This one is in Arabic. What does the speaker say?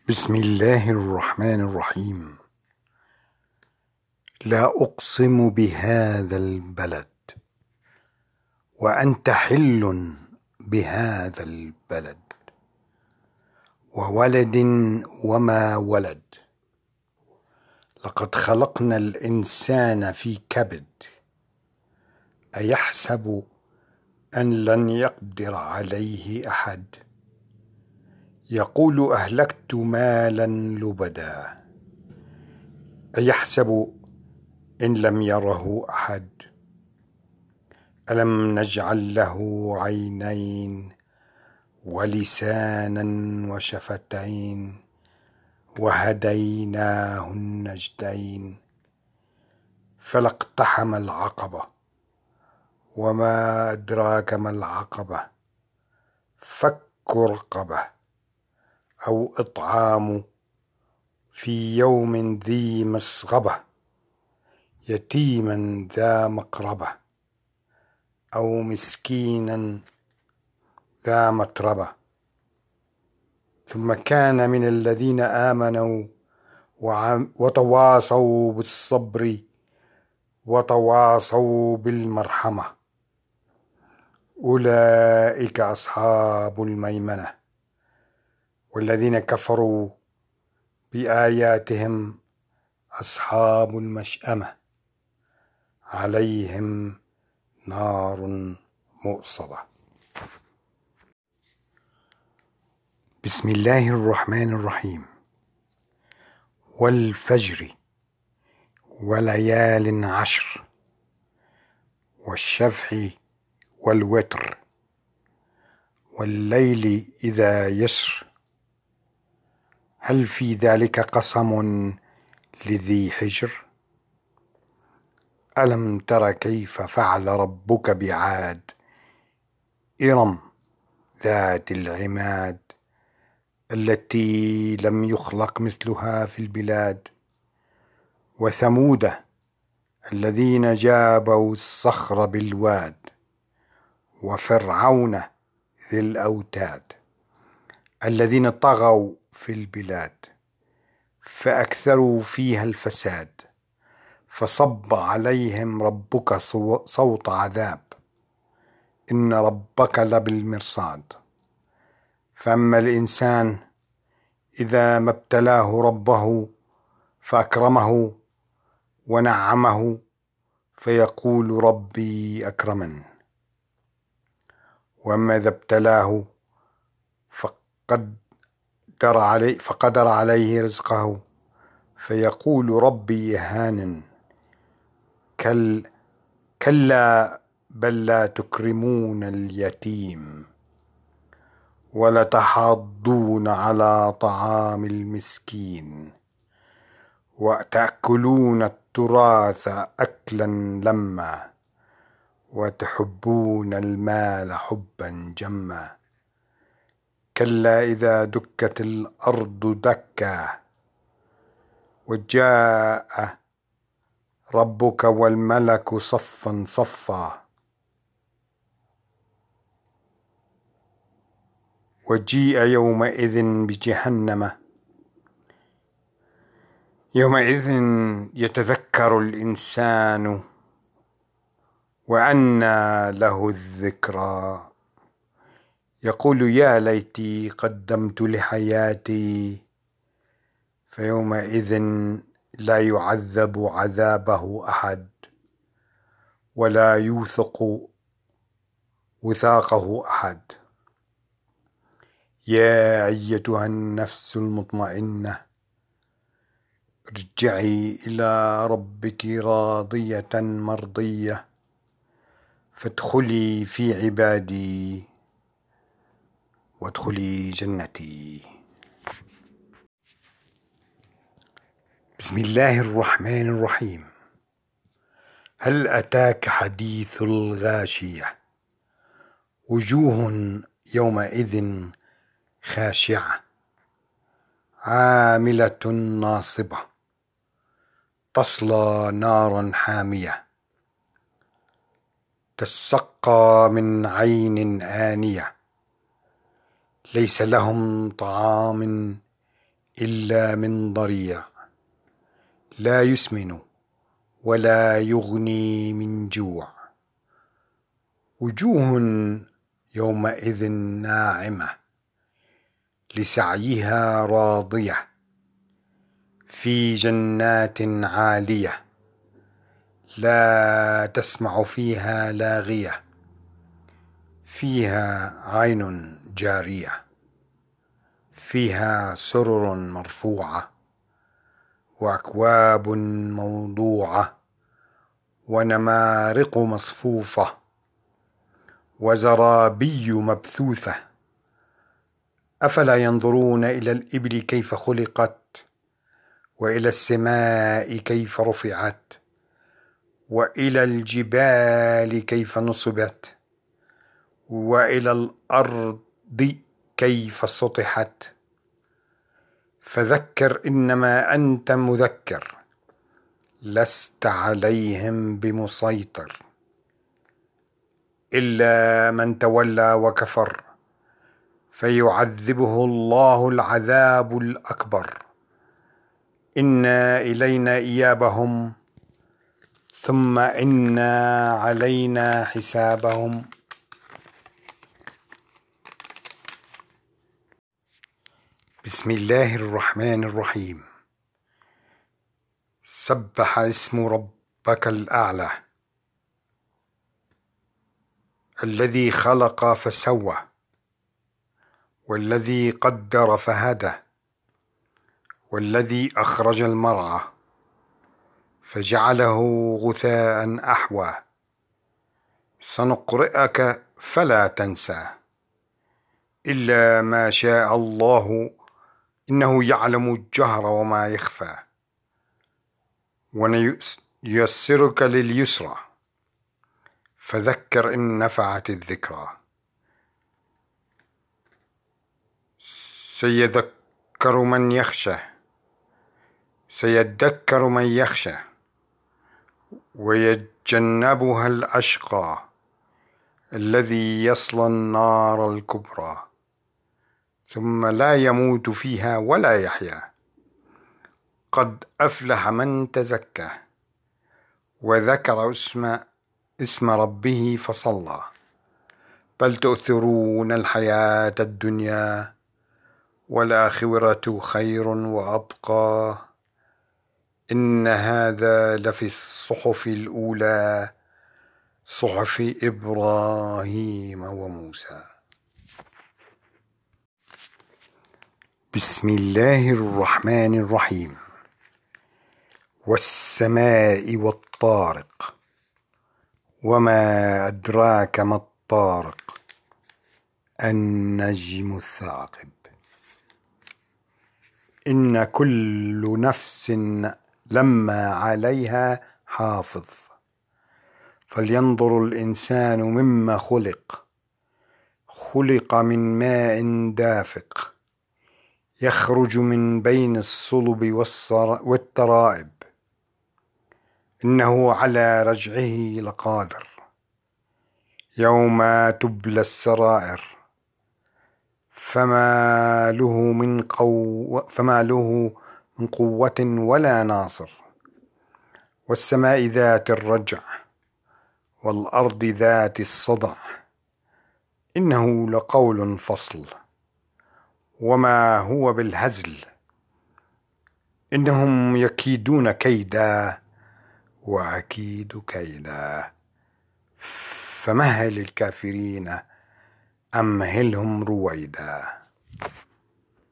بسم الله الرحمن الرحيم. لا أقسم بهذا البلد وأنت حل بهذا البلد وولد وما ولد. لقد خلقنا الإنسان في كبد أيحسب أن لن يقدر عليه أحد يقول أهلكت مالا لبدا أيحسب إن لم يره أحد ألم نجعل له عينين ولسانا وشفتين وهديناه النجدين فلا اقتحم العقبة وما أدراك ما العقبة فك رقبة أو إطعام في يوم ذي مسغبة يتيما ذا مقربة أو مسكينا ذا متربة ثم كان من الذين آمنوا وتواصوا بالصبر وتواصوا بالمرحمة أولئك أصحاب الميمنة والذين كفروا بآياتهم أصحاب المشأمة عليهم نار مؤصدة. بسم الله الرحمن الرحيم. والفجر وليال عشر والشفع والوتر والليل إذا يسر هل في ذلك قسم لذي حجر ألم تر كيف فعل ربك بعاد إرم ذات العماد التي لم يخلق مثلها في البلاد وثمود الذين جابوا الصخر بالواد وفرعون ذي الأوتاد الذين طغوا في البلاد فأكثروا فيها الفساد فصب عليهم ربك صوت عذاب إن ربك لبالمرصاد فأما الإنسان إذا ما ابتلاه ربه فأكرمه ونعمه فيقول ربي أكرمن وأما إذا ابتلاه فقدر عليه رزقه فيقول ربي يهانن كلا بل لا تكرمون اليتيم ولتحاضون على طعام المسكين وتأكلون التراث أكلا لما وتحبون المال حبا جما كلا إذا دكت الأرض دكا وجاء ربك والملك صفا صفا وجيء يومئذ بجهنم يومئذ يتذكر الإنسان وأنى له الذكرى يقول يا ليتي قدمت لحياتي فيومئذ لا يعذب عذابه أحد ولا يوثق وثاقه أحد يا أيتها النفس المطمئنة ارجعي إلى ربك راضية مرضية فادخلي في عبادي وادخلي جنتي. بسم الله الرحمن الرحيم. هل أتاك حديث الغاشية وجوه يومئذ خاشعة عاملة ناصبة تصلى نارا حامية تسقى من عين آنية ليس لهم طعام إلا من ضريع لا يسمن ولا يغني من جوع وجوه يومئذ ناعمة لسعيها راضية في جنات عالية لا تسمع فيها لاغية فيها عين جارية فيها سرر مرفوعة وأكواب موضوعة ونمارق مصفوفة وزرابي مبثوثة أفلا ينظرون إلى الإبل كيف خلقت وإلى السماء كيف رفعت وإلى الجبال كيف نصبت وإلى الأرض كيف سطحت فذكر إنما أنت مذكر لست عليهم بمسيطر إلا من تولى وكفر فيعذبه الله العذاب الأكبر إن إلينا إيابهم ثم إن علينا حسابهم. بسم الله الرحمن الرحيم. سبح اسم ربك الأعلى الذي خلق فسوى والذي قدر فهدى والذي أخرج المرعى فجعله غثاء أحوى سنقرئك فلا تنسى إلا ما شاء الله إنه يعلم الجهر وما يخفى ونيسرك لليسرى فذكر إن نفعت الذكرى سيذكر من يخشى ويتجنبها الأشقى الذي يصلى النار الكبرى ثم لا يموت فيها ولا يحيا قد أفلح من تزكى وذكر اسم ربه فصلى بل تؤثرون الحياة الدنيا والآخرة خير وأبقى إن هذا لفي الصحف الأولى صحف إبراهيم وموسى. بسم الله الرحمن الرحيم. والسماء والطارق وما أدراك ما الطارق النجم الثاقب إن كل نفس لما عليها حافظ فلينظر الإنسان مما خلق من ماء دافق يخرج من بين الصلب والترائب إنه على رجعه لقادر يوم تبلى السرائر فما له من قوة ولا ناصر والسماء ذات الرجع والأرض ذات الصدع إنه لقول فصل وما هو بالهزل إنهم يكيدون كيدا وأكيد كيدا فمهل الكافرين أمهلهم رويدا.